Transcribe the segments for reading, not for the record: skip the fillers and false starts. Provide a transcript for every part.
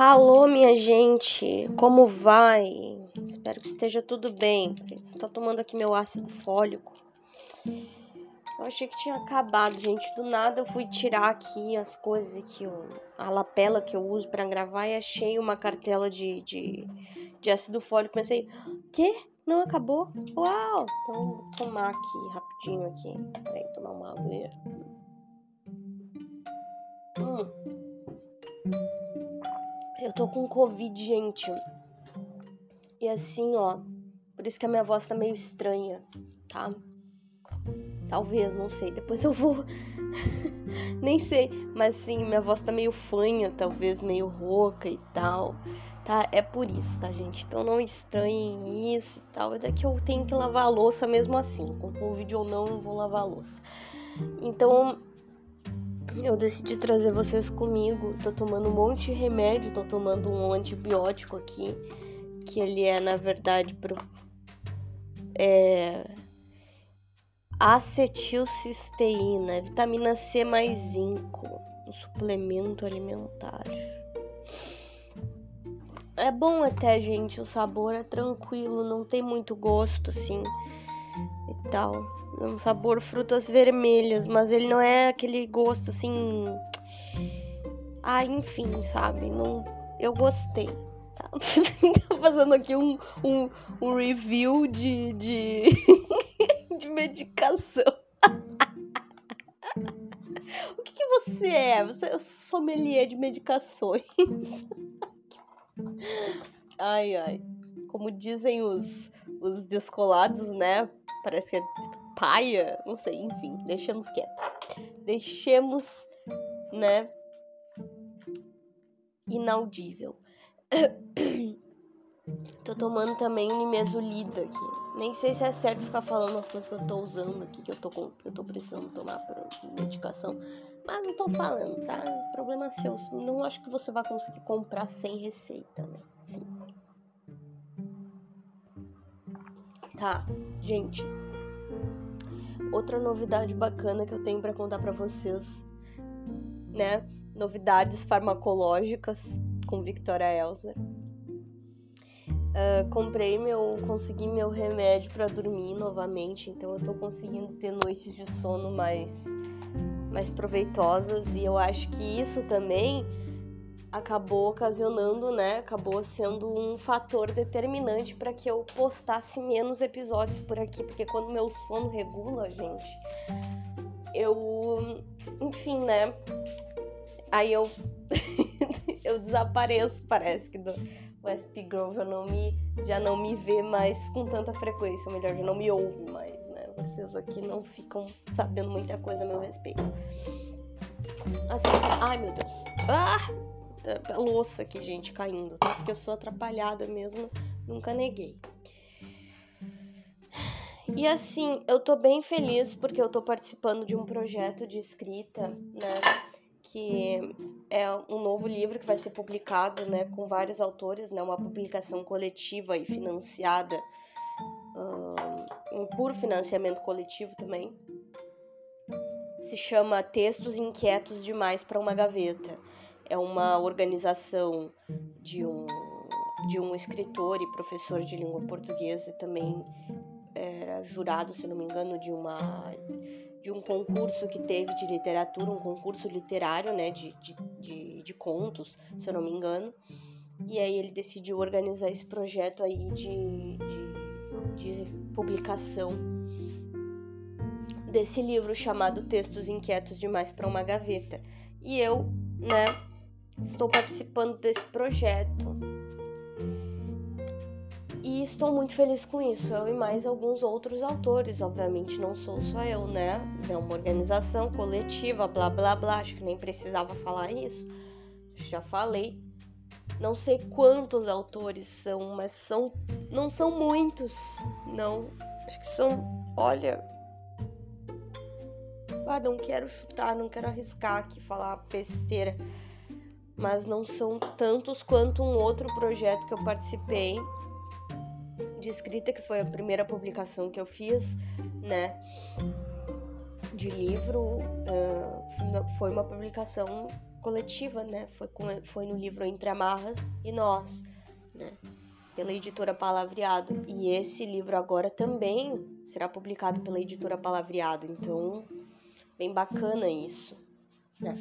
Alô, minha gente, como vai? Espero que esteja tudo bem. Estou tomando aqui meu ácido fólico. Eu achei que tinha acabado, gente. Do nada eu fui tirar aqui as coisas que a lapela que eu uso para gravar e achei uma cartela de ácido fólico. Pensei, quê? Não acabou? Uau! Então vou tomar aqui rapidinho aqui. Peraí, tomar uma aguinha. Eu tô com Covid, gente. E assim, ó, por isso que a minha voz tá meio estranha, tá? Talvez, não sei, depois eu vou... Nem sei, mas sim, minha voz tá meio fanha, talvez meio rouca e tal, tá? É por isso, tá, gente? Então não estranhem isso e tal. É daqui eu tenho que lavar a louça mesmo assim, com Covid ou não, eu vou lavar a louça. Então, eu decidi trazer vocês comigo. Tô tomando um monte de remédio, tô tomando um antibiótico aqui, que ele é, na verdade, acetilcisteína, vitamina C mais zinco, um suplemento alimentar. É bom até, gente, o sabor é tranquilo, não tem muito gosto, assim, e tal. É um sabor frutas vermelhas, mas ele não é aquele gosto, assim... enfim, sabe? Não... Eu gostei. Tá fazendo aqui um review de de medicação. O que você é? Você é sommelier de medicações. Ai. Como dizem os descolados, né? Parece que é paia. Não sei, enfim. Deixemos quieto. Deixemos, né? Inaudível. Tô tomando também Nimesulida aqui. Nem sei se é certo ficar falando as coisas que eu tô usando aqui, que eu tô precisando tomar por medicação. Mas eu tô falando, tá? Problema seu. Não acho que você vai conseguir comprar sem receita, né? Enfim. Tá, gente. Outra novidade bacana que eu tenho pra contar pra vocês, né? Novidades farmacológicas com Victoria Elsner. Consegui meu remédio pra dormir novamente, então eu tô conseguindo ter noites de sono mais proveitosas, e eu acho que isso também acabou ocasionando, né, acabou sendo um fator determinante para que eu postasse menos episódios por aqui, porque quando meu sono regula, gente, enfim, né, aí eu eu desapareço, parece que do SP Grove já não me vê mais com tanta frequência, ou melhor, já não me ouve mais, né? Vocês aqui não ficam sabendo muita coisa a meu respeito. Assim, ai meu Deus. A louça aqui, gente, caindo, tá? Porque eu sou atrapalhada mesmo, nunca neguei. E assim, eu tô bem feliz porque eu tô participando de um projeto de escrita, né? Que é um novo livro que vai ser publicado, né, com vários autores, né, uma publicação coletiva e financiada por financiamento coletivo também. Se chama Textos Inquietos Demais para uma Gaveta. É uma organização de um escritor e professor de língua portuguesa e também era jurado, se não me engano, de um concurso que teve de literatura, um concurso literário, né, de contos, se eu não me engano. E aí ele decidiu organizar esse projeto aí de publicação desse livro chamado Textos Inquietos Demais para uma Gaveta. E eu, né, estou participando desse projeto. E estou muito feliz com isso, eu e mais alguns outros autores, obviamente não sou só eu, né? É uma organização coletiva, blá blá blá, acho que nem precisava falar isso, já falei. Não sei quantos autores são, mas não são muitos, não. Acho que são, olha... não quero chutar, não quero arriscar aqui, falar besteira, mas não são tantos quanto um outro projeto que eu participei de escrita, que foi a primeira publicação que eu fiz, né, de livro. Foi uma publicação coletiva, né? Foi no livro Entre Amarras e Nós, né? Pela editora Palavreado. E esse livro agora também será publicado pela editora Palavreado. Então, bem bacana isso, né?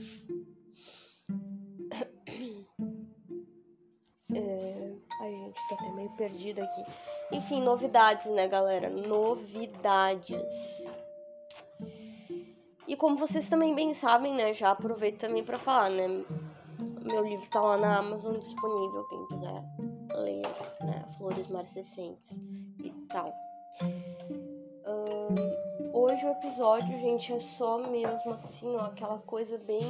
Ai, gente, tô até meio perdida aqui. Enfim, novidades, né, galera? Novidades. E como vocês também bem sabem, né, já aproveito também pra falar, né? Meu livro tá lá na Amazon disponível, quem quiser ler, né? Flores Marcescentes e tal. Hoje o episódio, gente, é só mesmo assim, ó, aquela coisa bem...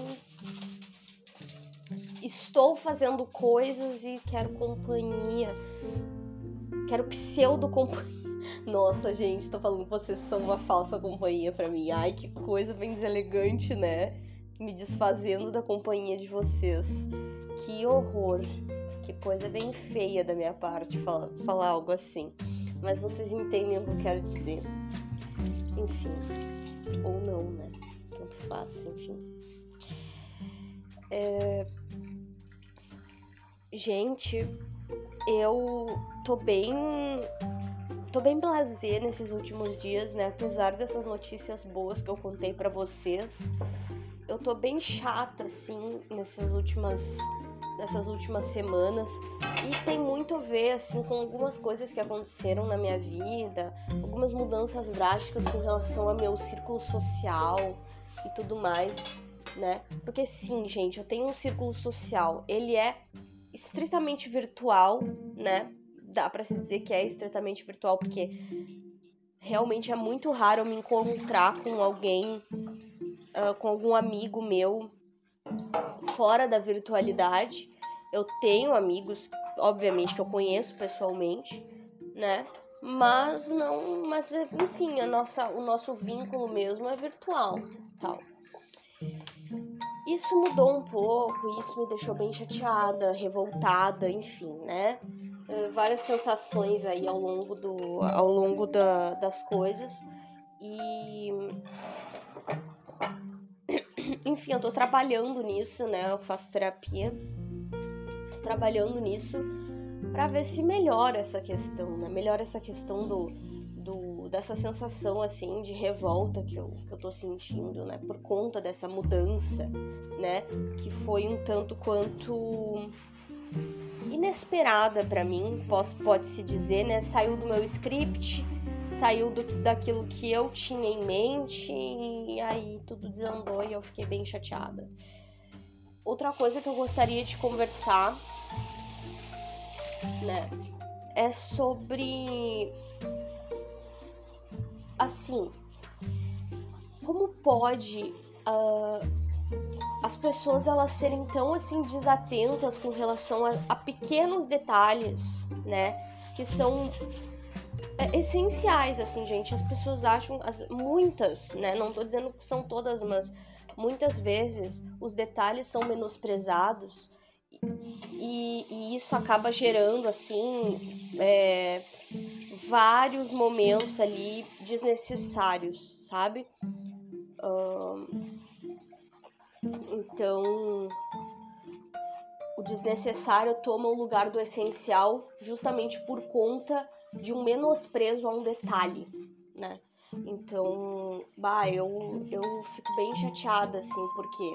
Estou fazendo coisas e quero companhia. Quero pseudo-companhia. Nossa, gente, tô falando que vocês são uma falsa companhia pra mim. Ai, que coisa bem deselegante, né? Me desfazendo da companhia de vocês. Que horror. Que coisa bem feia da minha parte falar algo assim. Mas vocês entendem o que eu quero dizer. Enfim. Ou não, né? Tanto faz, enfim. Gente, eu tô bem blasé nesses últimos dias, né? Apesar dessas notícias boas que eu contei pra vocês, eu tô bem chata, assim, nessas últimas semanas. E tem muito a ver, assim, com algumas coisas que aconteceram na minha vida, algumas mudanças drásticas com relação ao meu círculo social e tudo mais, né? Porque sim, gente, eu tenho um círculo social, ele é estritamente virtual, né? Dá pra se dizer que é estritamente virtual, porque realmente é muito raro eu me encontrar com alguém, com algum amigo meu fora da virtualidade. Eu tenho amigos, obviamente, que eu conheço pessoalmente, né? Mas enfim, o nosso vínculo mesmo é virtual, tal. Isso mudou um pouco, isso me deixou bem chateada, revoltada, enfim, né? Várias sensações aí ao longo das coisas. E enfim, eu tô trabalhando nisso, né? Eu faço terapia. Tô trabalhando nisso pra ver se melhora essa questão, né? Melhora essa questão dessa sensação, assim, de revolta que eu tô sentindo, né? Por conta dessa mudança, né? Que foi um tanto quanto inesperada pra mim, pode-se dizer, né? Saiu do meu script, saiu daquilo que eu tinha em mente e aí tudo desandou e eu fiquei bem chateada. Outra coisa que eu gostaria de conversar, né? É sobre... Assim, como pode as pessoas elas serem tão assim desatentas com relação a pequenos detalhes, né, que são essenciais, assim, gente. As pessoas acham, muitas, né, não tô dizendo que são todas, mas muitas vezes os detalhes são menosprezados e isso acaba gerando, assim, vários momentos ali desnecessários, sabe? Então, o desnecessário toma o lugar do essencial justamente por conta de um menosprezo a um detalhe, né? Então, eu fico bem chateada, assim, porque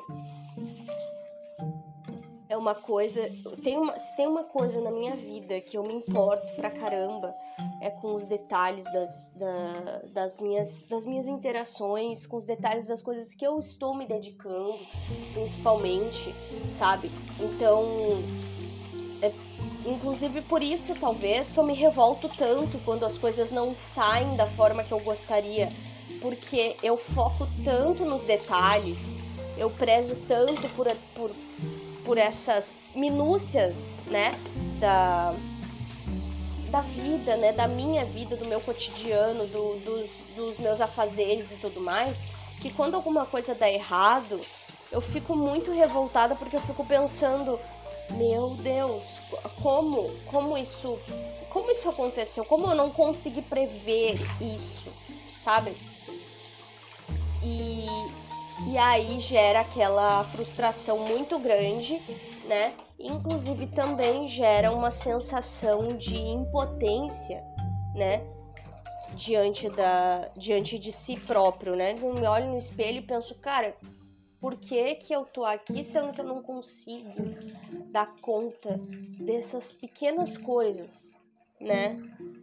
é uma coisa... Se tem uma coisa na minha vida que eu me importo pra caramba, é com os detalhes das minhas interações, com os detalhes das coisas que eu estou me dedicando, principalmente, sabe? Então, inclusive por isso, talvez, que eu me revolto tanto quando as coisas não saem da forma que eu gostaria, porque eu foco tanto nos detalhes, eu prezo tanto por essas minúcias, né, da vida, né, da minha vida, do meu cotidiano, dos meus afazeres e tudo mais, que quando alguma coisa dá errado, eu fico muito revoltada, porque eu fico pensando, meu Deus, como isso aconteceu? Como eu não consegui prever isso, sabe? E E aí gera aquela frustração muito grande, né? Inclusive também gera uma sensação de impotência, né? Diante de si próprio, né? Eu me olho no espelho e penso, cara, por que eu tô aqui sendo que eu não consigo dar conta dessas pequenas coisas, né?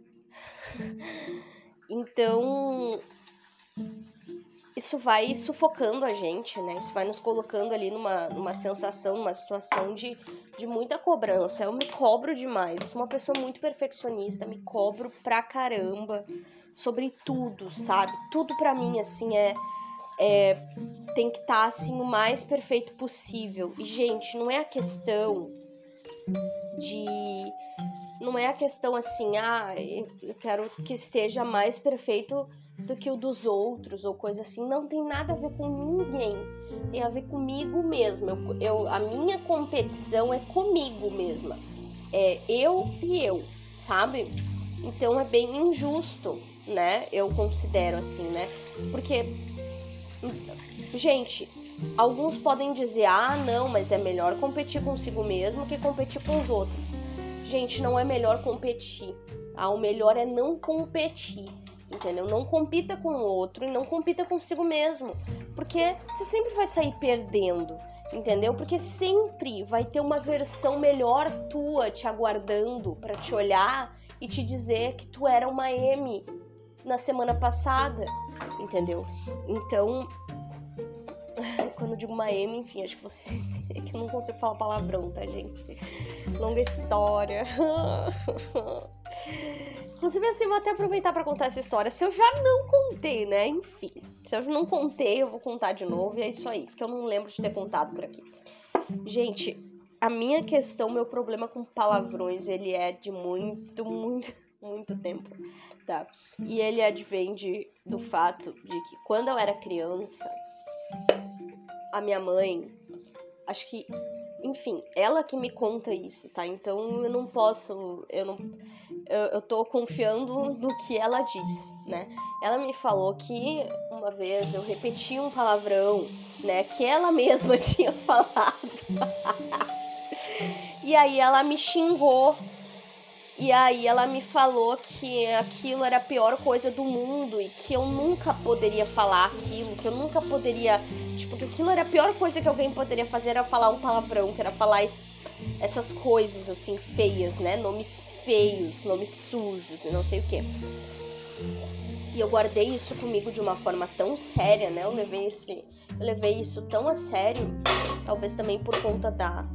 Então, isso vai sufocando a gente, né? Isso vai nos colocando ali numa sensação, numa situação de muita cobrança. Eu me cobro demais. Eu sou uma pessoa muito perfeccionista, me cobro pra caramba sobre tudo, sabe? Tudo pra mim, assim, tem que estar, assim, o mais perfeito possível. E, gente, não é a questão de... Não é a questão assim, eu quero que esteja mais perfeito do que o dos outros ou coisa assim. Não tem nada a ver com ninguém. Tem a ver comigo mesma. A minha competição é comigo mesma. É eu e eu, sabe? Então é bem injusto, né? Eu considero assim, né? Porque, gente, alguns podem dizer, não, mas é melhor competir consigo mesmo que competir com os outros. Gente, não é melhor competir, tá? O melhor é não competir, entendeu? Não compita com o outro e não compita consigo mesmo, porque você sempre vai sair perdendo, entendeu? Porque sempre vai ter uma versão melhor tua te aguardando pra te olhar e te dizer que tu era uma M na semana passada, entendeu? Então, quando eu digo uma M, enfim, acho que você... É que eu não consigo falar palavrão, tá, gente? Longa história. Inclusive, assim, vou até aproveitar pra contar essa história. Se eu já não contei, né? Enfim, se eu não contei, eu vou contar de novo. E é isso aí, porque eu não lembro de ter contado por aqui. Gente, a minha questão, meu problema com palavrões, ele é de muito, muito, muito tempo, tá? E ele advém do fato de que quando eu era criança, a minha mãe... Acho que, enfim, ela que me conta isso, tá? Então eu não posso, eu tô confiando no que ela diz, né? Ela me falou que uma vez eu repeti um palavrão, né? Que ela mesma tinha falado. E aí ela me xingou. E aí ela me falou que aquilo era a pior coisa do mundo e que eu nunca poderia falar aquilo, que eu nunca poderia... Tipo, que aquilo era a pior coisa que alguém poderia fazer, era falar um palavrão, que era falar essas coisas, assim, feias, né? Nomes feios, nomes sujos e não sei o quê. E eu guardei isso comigo de uma forma tão séria, né? Eu levei isso tão a sério, talvez também por conta da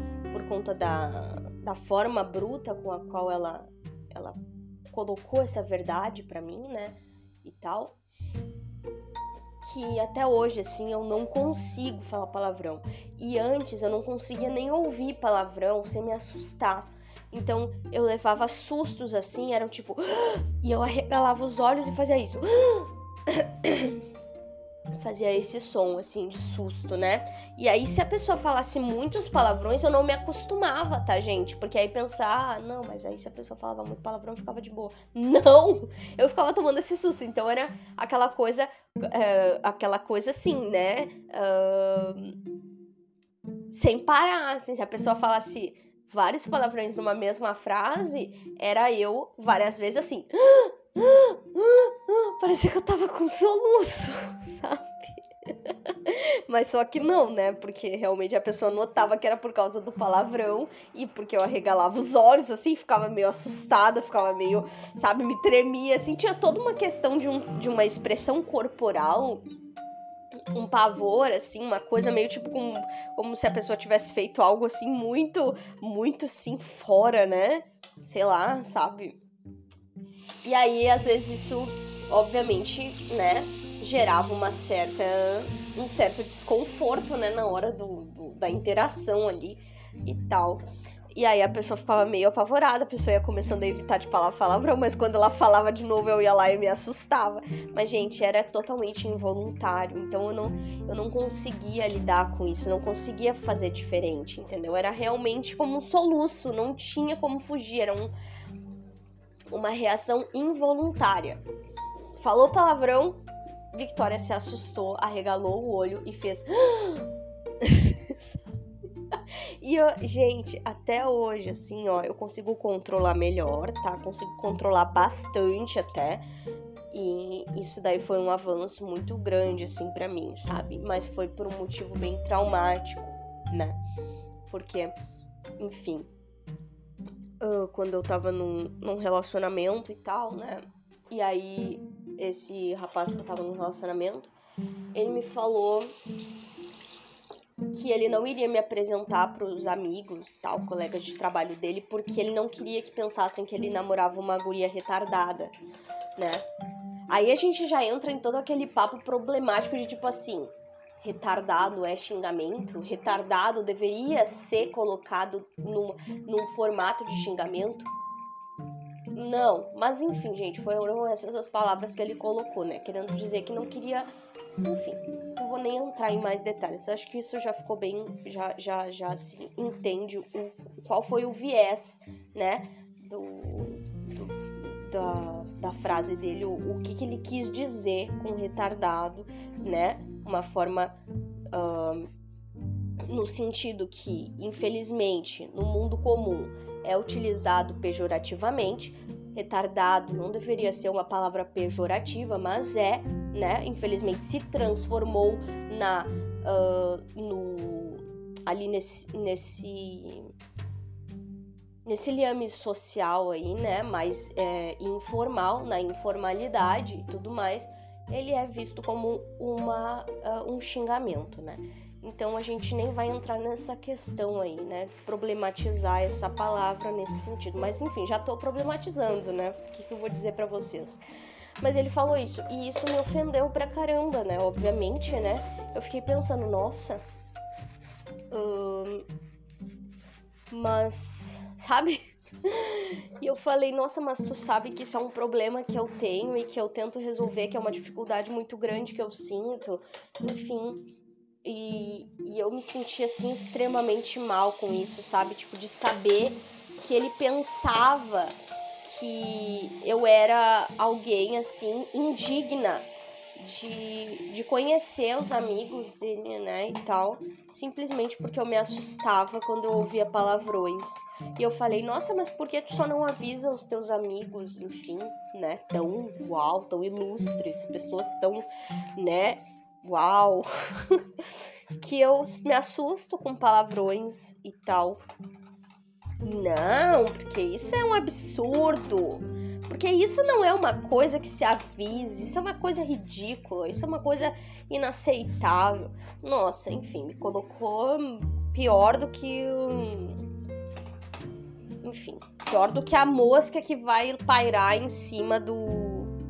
forma bruta com a qual ela colocou essa verdade pra mim, né, e tal, que até hoje, assim, eu não consigo falar palavrão. E antes eu não conseguia nem ouvir palavrão sem me assustar. Então eu levava sustos, assim, eram tipo... E eu arregalava os olhos e fazia isso. Fazia esse som, assim, de susto, né? E aí, se a pessoa falasse muitos palavrões, eu não me acostumava, tá, gente? Porque aí pensar, não, mas aí se a pessoa falava muito palavrão, eu ficava de boa. Não! Eu ficava tomando esse susto. Então, era aquela coisa assim, né? Sem parar, assim, se a pessoa falasse vários palavrões numa mesma frase, era eu, várias vezes, assim... Parecia que eu tava com soluço, sabe? Mas só que não, né? Porque realmente a pessoa notava que era por causa do palavrão e porque eu arregalava os olhos, assim, ficava meio assustada, ficava meio, sabe, me tremia, assim. Tinha toda uma questão de uma expressão corporal, um pavor, assim, uma coisa meio tipo como se a pessoa tivesse feito algo, assim, muito, muito, assim, fora, né? Sei lá, sabe? E aí, às vezes, isso, obviamente, né, gerava um certo desconforto, né, na hora da interação ali e tal. E aí a pessoa ficava meio apavorada, a pessoa ia começando a evitar de falar palavrão, mas quando ela falava de novo eu ia lá e me assustava. Mas, gente, era totalmente involuntário, então eu não conseguia lidar com isso, não conseguia fazer diferente, entendeu? Era realmente como um soluço, não tinha como fugir, era uma reação involuntária. Falou palavrão, Victoria se assustou, arregalou o olho e fez... E, gente, até hoje, assim, ó, eu consigo controlar melhor, tá? Consigo controlar bastante até. E isso daí foi um avanço muito grande, assim, pra mim, sabe? Mas foi por um motivo bem traumático, né? Porque, enfim, quando eu tava num relacionamento e tal, né? E aí, esse rapaz que eu tava num relacionamento, ele me falou que ele não iria me apresentar pros amigos, tal, colegas de trabalho dele, porque ele não queria que pensassem que ele namorava uma guria retardada, né? Aí a gente já entra em todo aquele papo problemático de tipo assim, retardado é xingamento? Retardado deveria ser colocado num formato de xingamento? Não, mas enfim, gente, foram essas as palavras que ele colocou, né? Querendo dizer que não queria... Enfim, não vou nem entrar em mais detalhes. Acho que isso já ficou bem... Já se entende qual foi o viés, né? Da frase dele, o que ele quis dizer com retardado, né? Uma forma... no sentido que, infelizmente, no mundo comum é utilizado pejorativamente. Retardado não deveria ser uma palavra pejorativa, mas é, né? Infelizmente se transformou ali nesse liame social aí, né? Mais informal, na informalidade e tudo mais, ele é visto como um xingamento, né? Então a gente nem vai entrar nessa questão aí, né? De problematizar essa palavra nesse sentido. Mas enfim, já tô problematizando, né? O que eu vou dizer pra vocês? Mas ele falou isso, e isso me ofendeu pra caramba, né? Obviamente, né? Eu fiquei pensando, nossa... mas... sabe? E eu falei, nossa, mas tu sabe que isso é um problema que eu tenho e que eu tento resolver, que é uma dificuldade muito grande que eu sinto. Enfim... E eu me senti, assim, extremamente mal com isso, sabe? Tipo, de saber que ele pensava que eu era alguém, assim, indigna de conhecer os amigos dele, né, e tal, simplesmente porque eu me assustava quando eu ouvia palavrões. E eu falei, nossa, mas por que tu só não avisa os teus amigos, enfim, né, tão uau, tão ilustres, pessoas tão, né, uau, que eu me assusto com palavrões e tal. Não, porque isso é um absurdo. Porque isso não é uma coisa que se avise, isso é uma coisa ridícula, isso é uma coisa inaceitável. Nossa, enfim, me colocou pior do que... Enfim, pior do que a mosca que vai pairar em cima do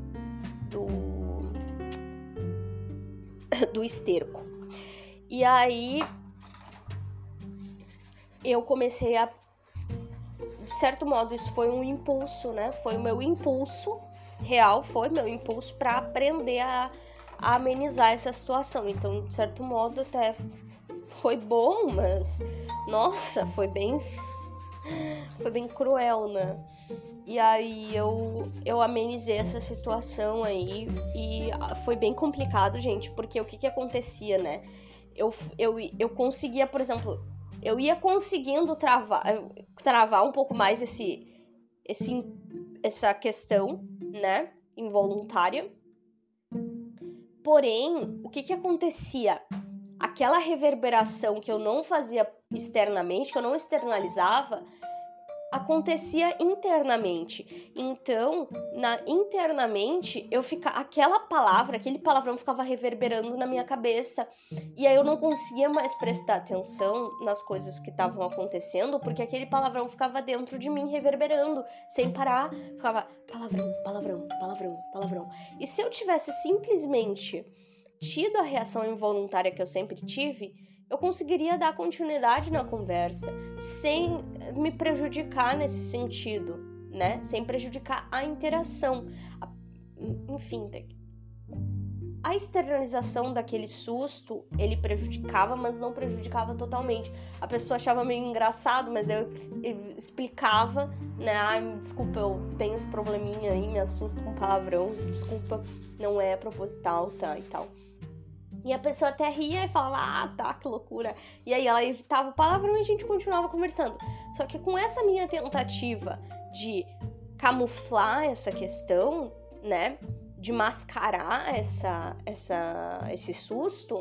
esterco. E aí eu comecei a... De certo modo, isso foi um impulso, né? Foi o meu impulso real, foi meu impulso para aprender a amenizar essa situação. Então, de certo modo, até foi bom, mas... Nossa, foi bem cruel, né? E aí eu amenizei essa situação aí e foi bem complicado, gente, porque o que acontecia, né? Eu conseguia, por exemplo, eu ia conseguindo travar um pouco mais essa questão, né, involuntária. Porém, o que acontecia? Aquela reverberação que eu não fazia externamente, que eu não externalizava, acontecia internamente. Então, internamente, aquele palavrão ficava reverberando na minha cabeça. E aí eu não conseguia mais prestar atenção nas coisas que estavam acontecendo, porque aquele palavrão ficava dentro de mim, reverberando, sem parar. Ficava palavrão, palavrão, palavrão, palavrão. E se eu tivesse simplesmente tido a reação involuntária que eu sempre tive, eu conseguiria dar continuidade na conversa, sem me prejudicar nesse sentido, né? Sem prejudicar a interação. Enfim, a externalização daquele susto, ele prejudicava, mas não prejudicava totalmente. A pessoa achava meio engraçado, mas eu explicava, né? Ai, desculpa, eu tenho esse probleminha aí, me assusto com palavrão, desculpa, não é proposital, tá, e tal. E a pessoa até ria e falava, ah, tá, que loucura. E aí ela evitava o palavrão e a gente continuava conversando. Só que com essa minha tentativa de camuflar essa questão, né, de mascarar esse susto,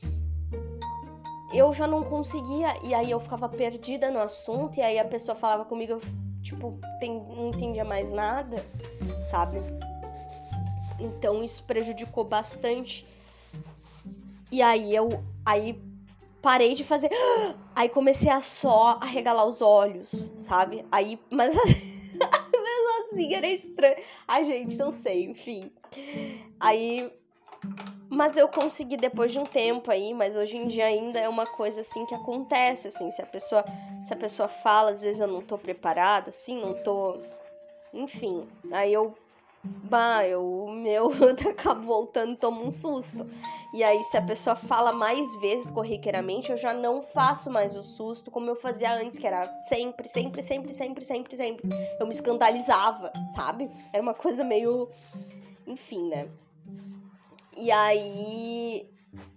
eu já não conseguia, e aí eu ficava perdida no assunto, e aí a pessoa falava comigo, eu, tipo, não entendia mais nada, sabe? Então isso prejudicou bastante. E aí aí parei de fazer, aí comecei a só arregalar os olhos, sabe? Aí, mas mesmo assim era estranho. Ai, gente, não sei, enfim. Aí, mas eu consegui depois de um tempo aí, mas hoje em dia ainda é uma coisa assim que acontece, assim, se a pessoa fala, às vezes eu não tô preparada, assim, não tô, enfim, aí eu acabo voltando e tomo um susto. E aí, se a pessoa fala mais vezes corriqueiramente, eu já não faço mais o susto como eu fazia antes, que era sempre. Eu me escandalizava, sabe? Era uma coisa meio... Enfim, né? E aí...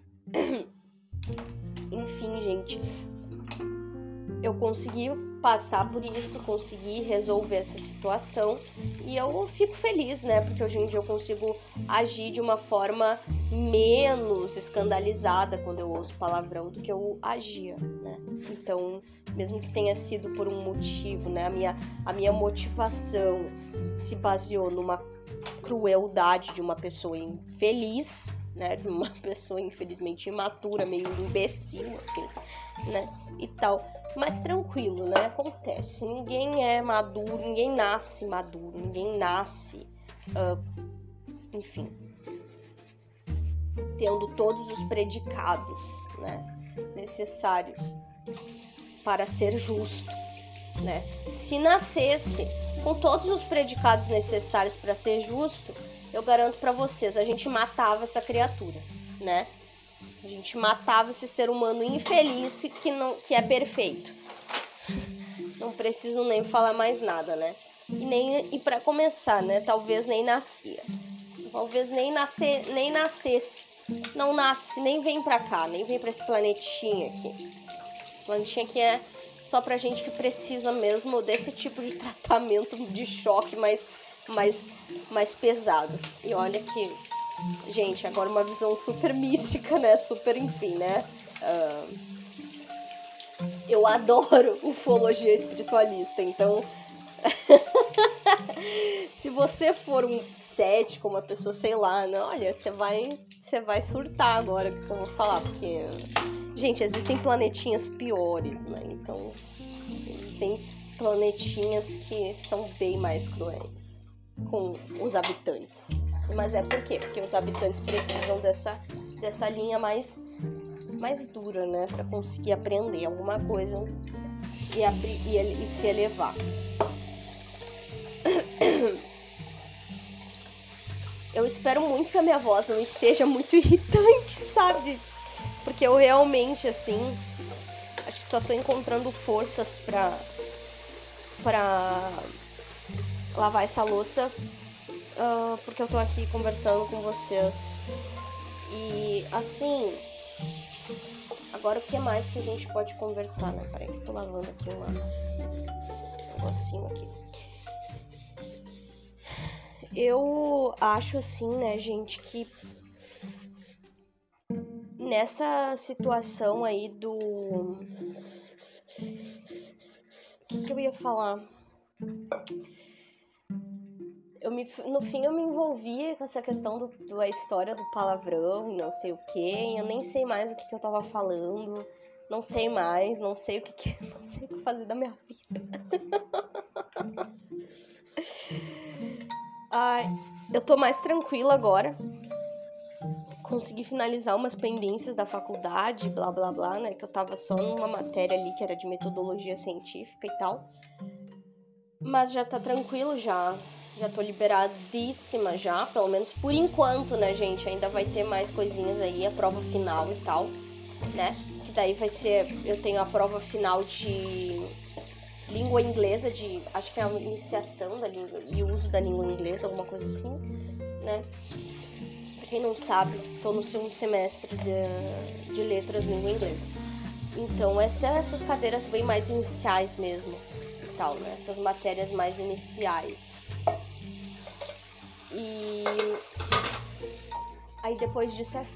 Enfim, gente... Eu consegui passar por isso, consegui resolver essa situação e eu fico feliz, né? Porque hoje em dia eu consigo agir de uma forma menos escandalizada quando eu ouço palavrão do que eu agia, né? Então, mesmo que tenha sido por um motivo, né? A minha motivação se baseou numa crueldade de uma pessoa infeliz, né? De uma pessoa infelizmente imatura, meio imbecil, assim, né? E tal. Mas tranquilo, né? Acontece. Ninguém é maduro, ninguém nasce maduro, ninguém nasce, enfim, tendo todos os predicados, né, necessários para ser justo, né? Se nascesse com todos os predicados necessários para ser justo, eu garanto para vocês, a gente matava essa criatura, né? A gente matava esse ser humano infeliz que é perfeito. Não preciso nem falar mais nada, né? E para começar, né? Talvez nem nascia. Talvez nem nascesse. Não nasce, nem vem pra cá, nem vem pra esse planetinha aqui. Esse planetinha aqui é só pra gente que precisa mesmo desse tipo de tratamento de choque mais pesado. E olha que... Gente, agora uma visão super mística, né? Super, enfim, né? Eu adoro ufologia espiritualista, então... Se você for um cético, uma pessoa, sei lá, né? Olha, você vai surtar agora o que eu vou falar, porque... Gente, existem planetinhas piores, né? Então, existem planetinhas que são bem mais cruéis com os habitantes. Mas é por quê? Porque os habitantes precisam dessa linha mais dura, né? Pra conseguir aprender alguma coisa e se elevar. Eu espero muito que a minha voz não esteja muito irritante, sabe? Porque eu realmente, assim, acho que só tô encontrando forças pra lavar essa louça, porque eu tô aqui conversando com vocês. E, assim, agora o que mais que a gente pode conversar, né? Peraí que eu tô lavando aqui um negocinho aqui. Eu acho assim, né, gente, que nessa situação aí do... O que eu ia falar? No fim eu me envolvi com essa questão da história do palavrão e não sei o que. Eu nem sei mais o que eu tava falando. Não sei mais, não sei o que não sei o que fazer da minha vida. Ai, eu tô mais tranquila agora. Consegui finalizar umas pendências da faculdade, blá blá blá, né? Que eu tava só numa matéria ali que era de metodologia científica e tal. Mas já tá tranquilo, já Já tô liberadíssima já, pelo menos por enquanto, né, gente? Ainda vai ter mais coisinhas aí, a prova final e tal, né? Que daí vai ser... Eu tenho a prova final de língua inglesa, acho que é a iniciação da língua e uso da língua inglesa, alguma coisa assim, né? Pra quem não sabe, tô no segundo semestre de letras língua inglesa. Então, essas cadeiras bem mais iniciais mesmo e tal, né? Essas matérias mais iniciais. E aí depois disso é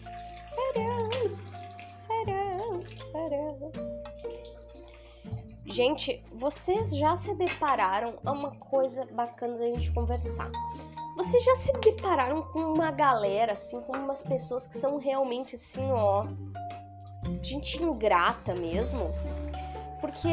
férias. Gente, vocês já se depararam a uma coisa bacana da gente conversar? Vocês já se depararam com uma galera, assim, com umas pessoas que são realmente assim, ó, gente ingrata mesmo? Porque,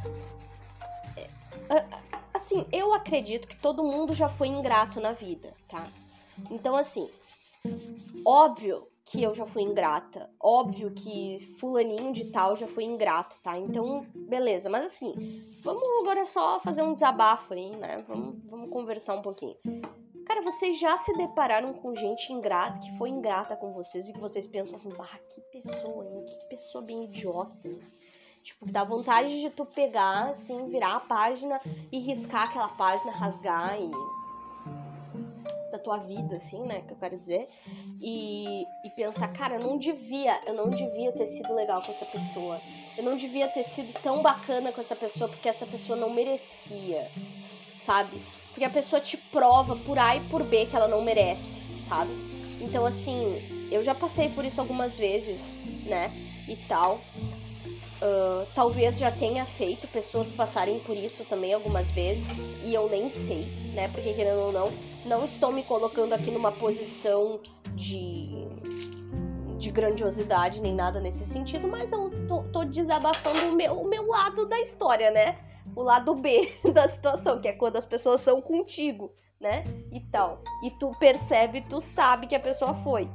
assim, eu acredito que todo mundo já foi ingrato na vida, tá? Então, assim, óbvio que eu já fui ingrata, óbvio que fulaninho de tal já foi ingrato, tá? Então, beleza, mas assim, vamos agora só fazer um desabafo aí, né? Vamos conversar um pouquinho. Cara, vocês já se depararam com gente ingrata, que foi ingrata com vocês e que vocês pensam assim, bah, que pessoa, hein? Que pessoa bem idiota. Tipo, que dá vontade de tu pegar, assim, virar a página e riscar aquela página, rasgar e... da tua vida, assim, né, que eu quero dizer, e pensar, cara, eu não devia ter sido legal com essa pessoa, eu não devia ter sido tão bacana com essa pessoa, porque essa pessoa não merecia, sabe? Porque a pessoa te prova por A e por B que ela não merece, sabe? Então, assim, eu já passei por isso algumas vezes, né, e tal. Talvez já tenha feito pessoas passarem por isso também algumas vezes, e eu nem sei, né, porque querendo ou não estou me colocando aqui numa posição de grandiosidade, nem nada nesse sentido, mas eu tô desabafando o meu lado da história, né, o lado B da situação, que é quando as pessoas são contigo, né, e tal, e tu percebe, tu sabe que a pessoa foi.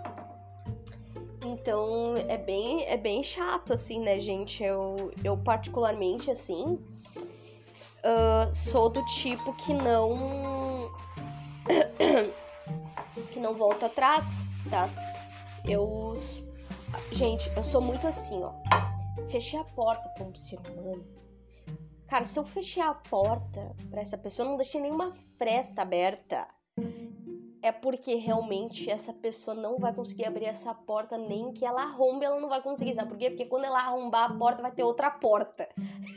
Então, é bem chato, assim, né, gente? Eu particularmente, assim, sou do tipo que não volta atrás, tá? Gente, eu sou muito assim, ó. Fechei a porta pra um ser humano. Cara, se eu fechei a porta pra essa pessoa, não deixei nenhuma fresta aberta, é porque realmente essa pessoa não vai conseguir abrir essa porta, nem que ela arrombe, ela não vai conseguir. Sabe por quê? Porque quando ela arrombar a porta, vai ter outra porta.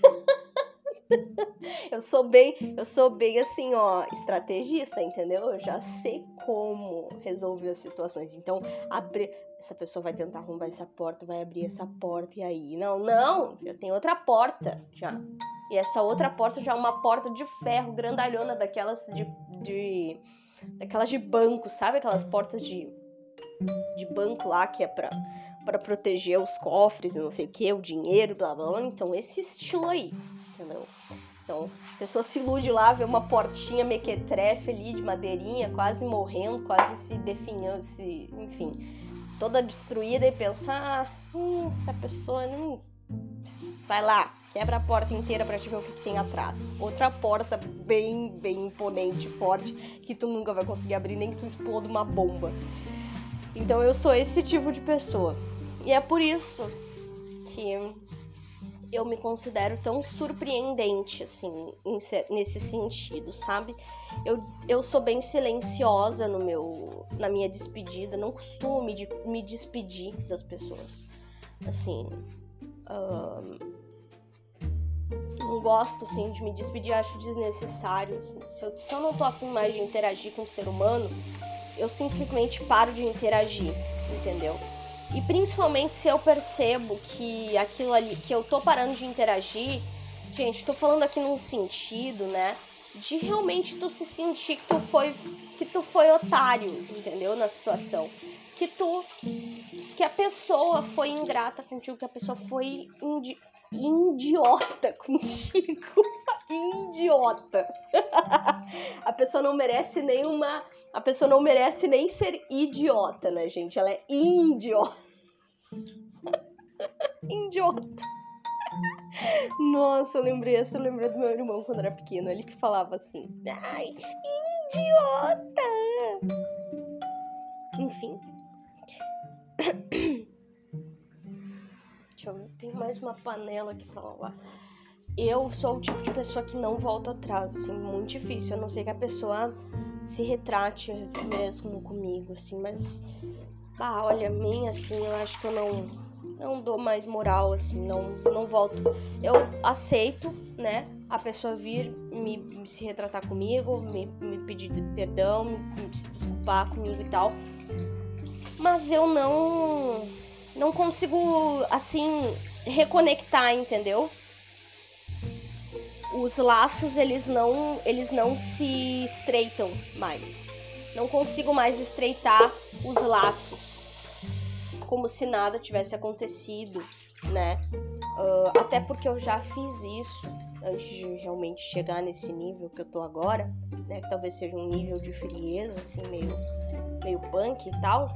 Eu sou bem assim, ó, estrategista, entendeu? Eu já sei como resolver as situações. Então, essa pessoa vai tentar arrombar essa porta, vai abrir essa porta, e aí? Não, já tem outra porta, já. E essa outra porta já é uma porta de ferro, grandalhona, daquelas daquelas de banco, sabe? Aquelas portas de banco lá que é pra proteger os cofres e não sei o que, o dinheiro, blá blá blá. Então, esse estilo aí, entendeu? Então, a pessoa se ilude lá, vê uma portinha mequetrefe ali de madeirinha, quase morrendo, quase se definhando, enfim, toda destruída, e pensa, essa pessoa não... Vai lá, quebra a porta inteira pra te ver o que tem atrás. Outra porta bem imponente, forte, que tu nunca vai conseguir abrir, nem que tu exploda uma bomba. Então eu sou esse tipo de pessoa. E é por isso que eu me considero tão surpreendente, assim, nesse sentido, sabe? Eu sou bem silenciosa na minha despedida, não costumo me despedir das pessoas. Assim, não gosto, assim, de me despedir, acho desnecessário. Assim. Se eu não tô afim mais de interagir com o ser humano, eu simplesmente paro de interagir, entendeu? E principalmente se eu percebo que aquilo ali, que eu tô parando de interagir, gente, tô falando aqui num sentido, né, de realmente tu se sentir que tu foi otário, entendeu, na situação. Que a pessoa foi ingrata contigo, que a pessoa foi idiota contigo. Idiota. A pessoa não merece nem ser idiota, né, gente? Ela é idiota. Idiota. Nossa, eu lembrei do meu irmão quando era pequeno. Ele que falava assim, ai, idiota! Enfim. Deixa eu ver, tem mais uma panela aqui pra lavar. Eu sou o tipo de pessoa que não volta atrás, assim, muito difícil. A não ser que a pessoa se retrate mesmo comigo, assim, mas... olha, a minha, assim, eu acho que eu não dou mais moral, assim, não volto. Eu aceito, né, a pessoa vir me se retratar comigo, me pedir perdão, me se desculpar comigo e tal. Mas eu não consigo, assim, reconectar, entendeu? Os laços, eles não se estreitam mais. Não consigo mais estreitar os laços como se nada tivesse acontecido, né? Até porque eu já fiz isso antes de realmente chegar nesse nível que eu tô agora, né? Que talvez seja um nível de frieza, assim, meio punk e tal.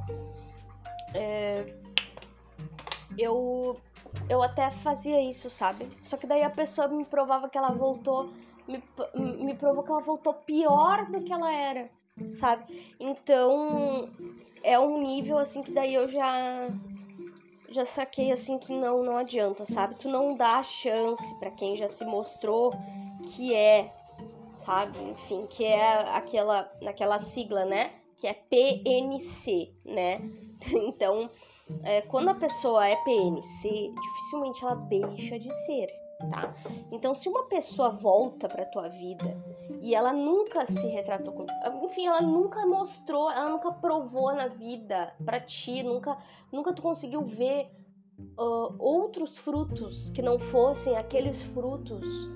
Eu até fazia isso, sabe? Só que daí a pessoa me provava que ela voltou, me provou que ela voltou pior do que ela era, sabe? Então, é um nível, assim, que daí eu já saquei, assim, que não adianta, sabe? Tu não dá chance pra quem já se mostrou que sabe? Enfim, que é naquela sigla, né? Que é PNC, né? Então, quando a pessoa é PNC, dificilmente ela deixa de ser, tá? Então, se uma pessoa volta pra tua vida e ela nunca se retratou enfim, ela nunca mostrou, ela nunca provou na vida pra ti, nunca tu conseguiu ver outros frutos que não fossem aqueles frutos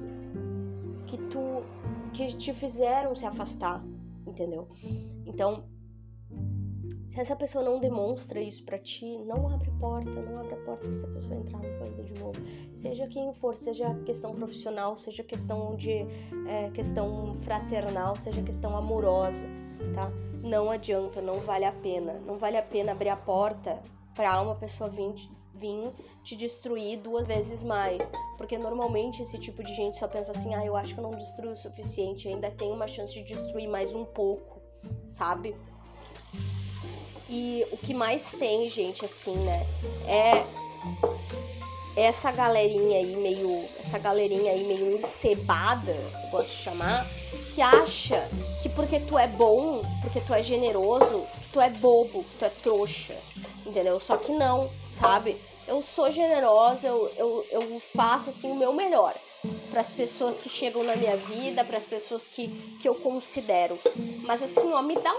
que te fizeram se afastar, entendeu? Então, se essa pessoa não demonstra isso pra ti, não abre a porta pra essa pessoa entrar na tua vida de novo. Seja quem for, seja questão profissional, seja questão questão fraternal, seja questão amorosa, tá? Não adianta, não vale a pena. Não vale a pena abrir a porta pra uma pessoa vir te destruir 2 vezes mais. Porque normalmente esse tipo de gente só pensa assim, eu acho que eu não destruí o suficiente, ainda tem uma chance de destruir mais um pouco, sabe? E o que mais tem, gente, assim, né, é essa galerinha aí meio encebada, eu gosto de chamar, que acha que porque tu é bom, porque tu é generoso, que tu é bobo, que tu é trouxa, entendeu? Só que não, sabe? Eu sou generosa, eu faço, assim, o meu melhor para as pessoas que chegam na minha vida, para as pessoas que eu considero. Mas assim, me dá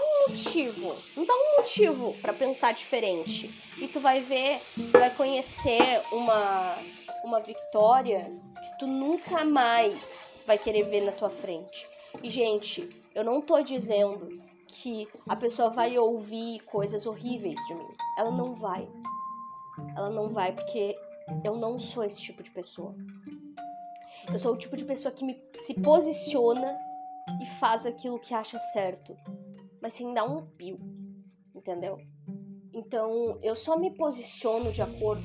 um motivo para pensar diferente. E tu vai ver, tu vai conhecer uma Victoria que tu nunca mais vai querer ver na tua frente. E, gente, eu não tô dizendo que a pessoa vai ouvir coisas horríveis de mim. Ela não vai. Ela não vai, porque eu não sou esse tipo de pessoa. Eu sou o tipo de pessoa que se posiciona e faz aquilo que acha certo, mas sem dar um pio, entendeu? Então, eu só me posiciono de acordo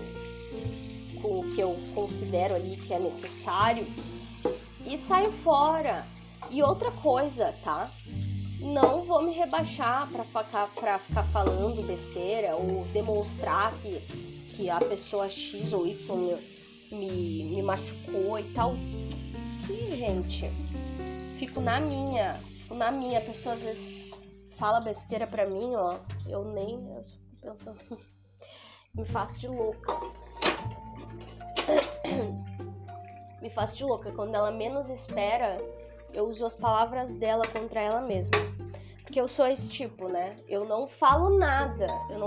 com o que eu considero ali que é necessário e saio fora. E outra coisa, tá? Não vou me rebaixar pra ficar falando besteira ou demonstrar que a pessoa X ou Y me machucou e tal. Que, gente, fico na minha. A pessoa às vezes fala besteira pra mim, ó. Eu fico pensando. Me faço de louca. Me faço de louca. Quando ela menos espera, eu uso as palavras dela contra ela mesma. Porque eu sou esse tipo, né? Eu não falo nada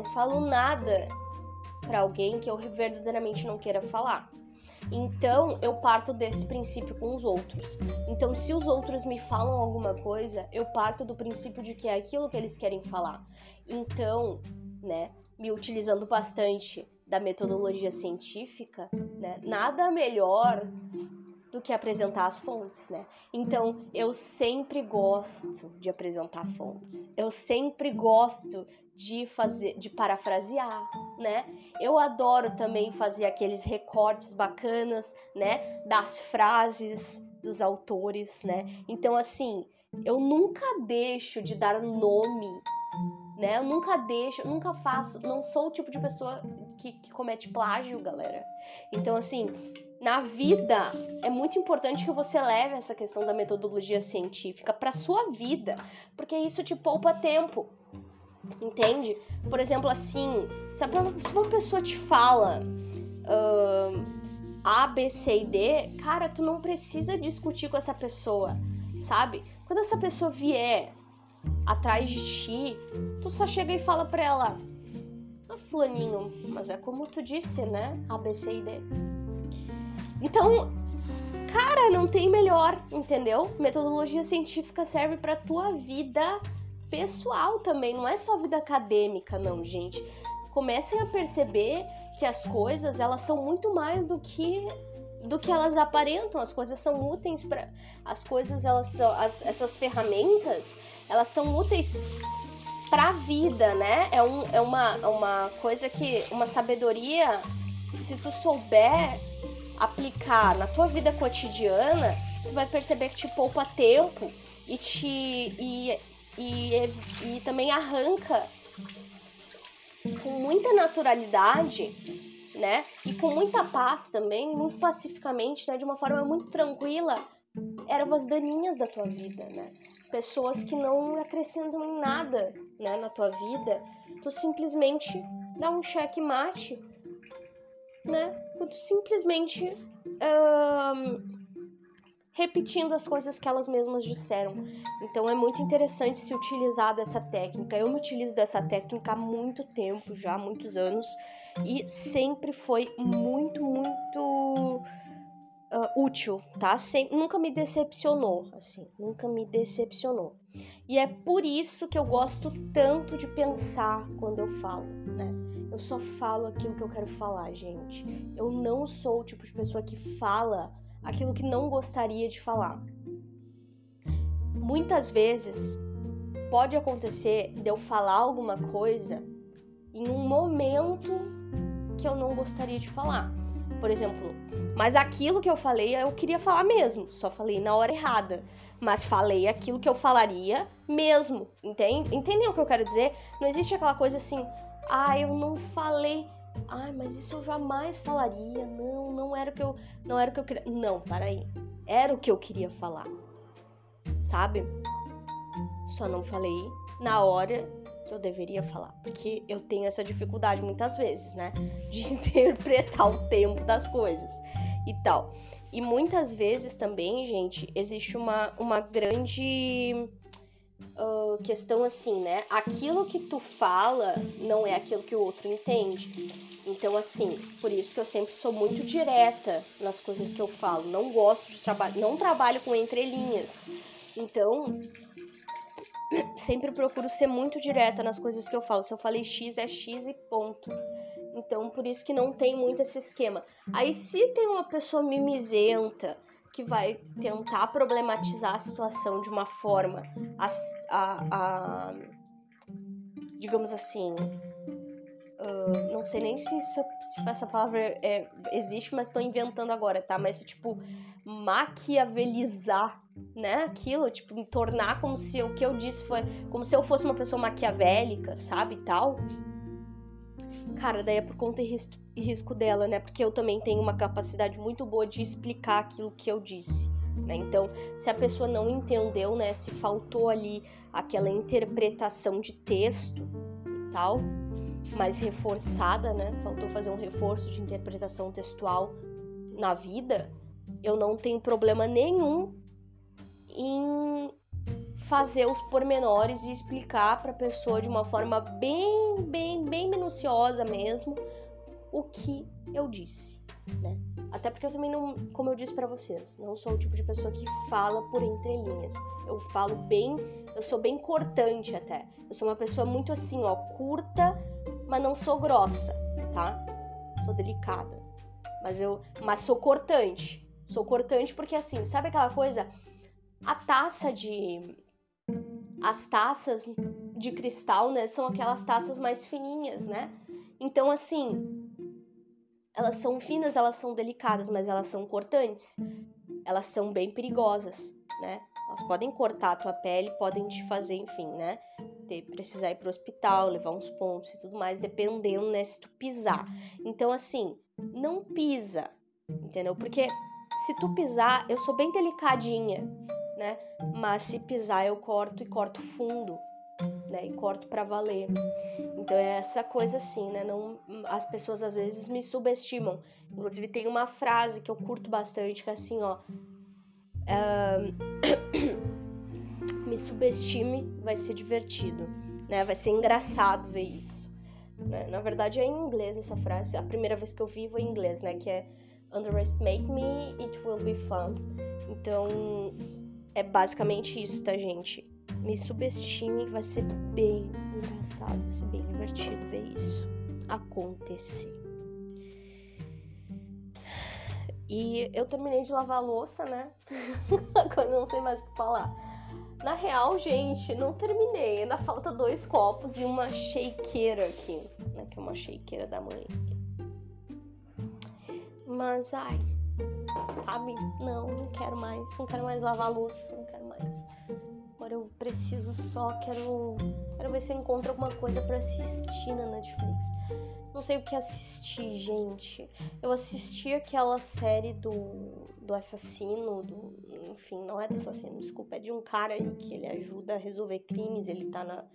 pra alguém que eu verdadeiramente não queira falar. Então, eu parto desse princípio com os outros. Então, se os outros me falam alguma coisa, eu parto do princípio de que é aquilo que eles querem falar. Então, né, me utilizando bastante da metodologia científica, né, nada melhor do que apresentar as fontes, né? Então, eu sempre gosto de apresentar fontes. Eu sempre gosto de parafrasear, né? Eu adoro também fazer aqueles recortes bacanas, né? Das frases dos autores, né? Então, assim, Eu nunca deixo de dar nome, né? Eu nunca faço, não sou o tipo de pessoa que comete plágio, galera. Então, assim, na vida é muito importante que você leve essa questão da metodologia científica pra sua vida, porque isso te poupa tempo, entende? Por exemplo, assim, se uma pessoa te fala A, B, C e D, cara, tu não precisa discutir com essa pessoa, sabe? Quando essa pessoa vier atrás de ti, tu só chega e fala pra ela: ah, fulaninho, mas é como tu disse, né? A, B, C e D. Então, cara, não tem melhor, entendeu? Metodologia científica serve pra tua vida pessoal também, não é só vida acadêmica, não, gente. Comecem a perceber que as coisas, elas são muito mais do que elas aparentam. As coisas são úteis para as coisas, elas são essas ferramentas, elas são úteis para a vida, né? É uma coisa que, uma sabedoria que, se tu souber aplicar na tua vida cotidiana, tu vai perceber que te poupa tempo e também arranca com muita naturalidade, né? E com muita paz também, muito pacificamente, né? De uma forma muito tranquila, ervas daninhas da tua vida, né? Pessoas que não acrescentam em nada, né, na tua vida, tu simplesmente dá um checkmate, né? Tu simplesmente repetindo as coisas que elas mesmas disseram. Então é muito interessante se utilizar dessa técnica. Eu me utilizo dessa técnica há muito tempo já, há muitos anos, e sempre foi muito útil, tá? Nunca me decepcionou, assim, nunca me decepcionou. E é por isso que eu gosto tanto de pensar quando eu falo, né? Eu só falo aquilo que eu quero falar, gente. Eu não sou o tipo de pessoa que fala aquilo que não gostaria de falar. Muitas vezes pode acontecer de eu falar alguma coisa em um momento que eu não gostaria de falar. Por exemplo, mas aquilo que eu falei eu queria falar mesmo, só falei na hora errada. Mas falei aquilo que eu falaria mesmo, entende? Entendem o que eu quero dizer? Não existe aquela coisa assim, eu não falei, mas isso eu jamais falaria, não era o que eu queria. Não, para aí. Era o que eu queria falar, sabe? Só não falei na hora que eu deveria falar, porque eu tenho essa dificuldade muitas vezes, né, de interpretar o tempo das coisas e tal. E muitas vezes também, gente, existe uma grande questão assim, né, aquilo que tu fala não é aquilo que o outro entende. Então, assim, por isso que eu sempre sou muito direta nas coisas que eu falo. Não gosto de trabalhar, não trabalho com entrelinhas. Então, sempre procuro ser muito direta nas coisas que eu falo. Se eu falei X, é X e ponto. Então, por isso que não tem muito esse esquema. Aí, se tem uma pessoa mimizenta que vai tentar problematizar a situação de uma forma, digamos assim, não sei nem se essa palavra existe, mas estou inventando agora, tá? Mas, tipo, maquiavelizar, né, aquilo, tipo, me tornar como se o que eu disse foi, como se eu fosse uma pessoa maquiavélica, sabe, tal. Cara, daí é por conta e risco dela, né, porque eu também tenho uma capacidade muito boa de explicar aquilo que eu disse, né, então, se a pessoa não entendeu, né, se faltou ali aquela interpretação de texto e tal, mais reforçada, né, faltou fazer um reforço de interpretação textual na vida, eu não tenho problema nenhum em fazer os pormenores e explicar para a pessoa de uma forma bem minuciosa mesmo o que eu disse, né? Até porque eu também não, como eu disse para vocês, não sou o tipo de pessoa que fala por entrelinhas. Eu falo bem, eu sou bem cortante até. Eu sou uma pessoa muito assim, ó, curta, mas não sou grossa, tá? Sou delicada. Mas sou cortante. Sou cortante porque, assim, sabe aquela coisa? As taças de cristal, né, são aquelas taças mais fininhas, né? Então, assim, elas são finas, elas são delicadas, mas elas são cortantes. Elas são bem perigosas, né? Elas podem cortar a tua pele, podem te fazer, enfim, né? Precisar ir pro hospital, levar uns pontos e tudo mais, dependendo, né, se tu pisar. Então, assim, não pisa, entendeu? Porque se tu pisar, eu sou bem delicadinha, né? Mas se pisar, eu corto e corto fundo, né? E corto pra valer. Então é essa coisa assim, né? Não, as pessoas às vezes me subestimam. Inclusive tem uma frase que eu curto bastante, que é assim, ó. Me subestime, vai ser divertido, né? Vai ser engraçado ver isso. Né? Na verdade é em inglês essa frase. A primeira vez que eu vi foi em inglês, né? Que é underestimate me, it will be fun. Então é basicamente isso, tá, gente? Me subestime, vai ser bem engraçado, vai ser bem divertido ver isso acontecer. E eu terminei de lavar a louça, né? Agora eu não sei mais o que falar. Na real, gente, não terminei. Ainda falta 2 copos e uma shakeira aqui, né? Que é uma shakeira da mãe. Mas, ai, sabe? Não quero mais. Não quero mais lavar a louça, não quero mais. Agora eu preciso quero ver se eu encontro alguma coisa pra assistir na Netflix. Não sei o que assistir, gente. Eu assisti aquela série do assassino, enfim, não é do assassino, desculpa, é de um cara aí que ele ajuda a resolver crimes, ele tá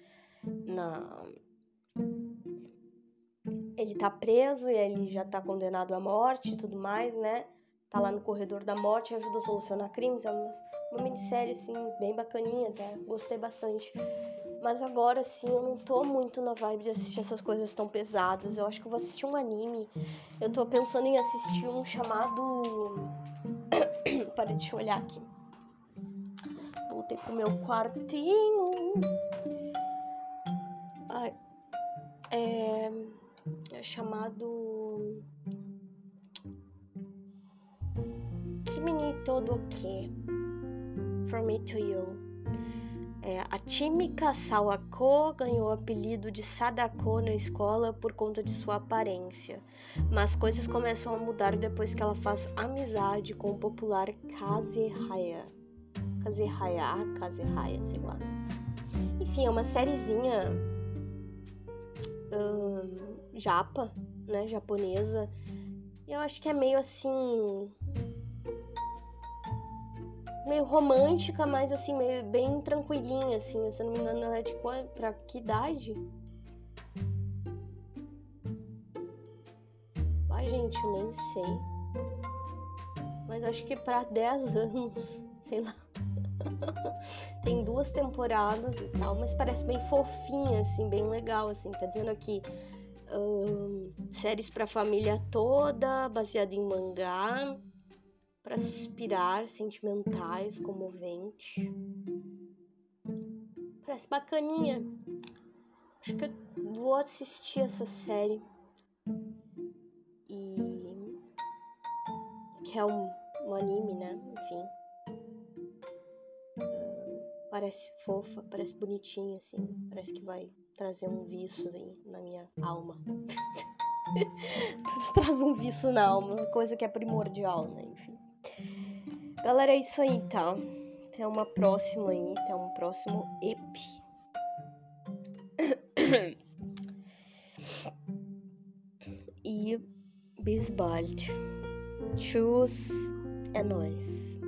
ele tá preso e ele já tá condenado à morte e tudo mais, né? Tá lá no corredor da morte e ajuda a solucionar crimes. É uma minissérie, assim, bem bacaninha, tá? Gostei bastante. Mas agora, assim, eu não tô muito na vibe de assistir essas coisas tão pesadas. Eu acho que eu vou assistir um anime. Eu tô pensando em assistir um chamado... Para, deixa eu olhar aqui. Voltei pro meu quartinho. Ai, é chamado... Kimi ni Todoke. From Me to You. A Chimika Sawako ganhou o apelido de Sadako na escola por conta de sua aparência, mas coisas começam a mudar depois que ela faz amizade com o popular Kazehaya, sei lá. Enfim, é uma sériezinha japa, né, japonesa, e eu acho que é meio assim... meio romântica, mas assim, meio bem tranquilinha, assim, se eu não me engano, ela é de pra que idade? Ah, gente, eu nem sei. Mas acho que pra 10 anos, sei lá. Tem 2 temporadas e tal, mas parece bem fofinha, assim, bem legal, assim. Tá dizendo aqui, séries pra família toda, baseada em mangá, pra suspirar, sentimentais, comovente. Parece bacaninha. Acho que eu vou assistir essa série. E... que é um anime, né? Enfim. Parece fofa, parece bonitinha, assim. Parece que vai trazer um vício aí na minha alma. Tudo traz um vício na alma, uma coisa que é primordial, né? Enfim. Galera, é isso aí, tá? Até uma próxima aí, até um próximo EP. E bis bald. Tschüss, é nóis.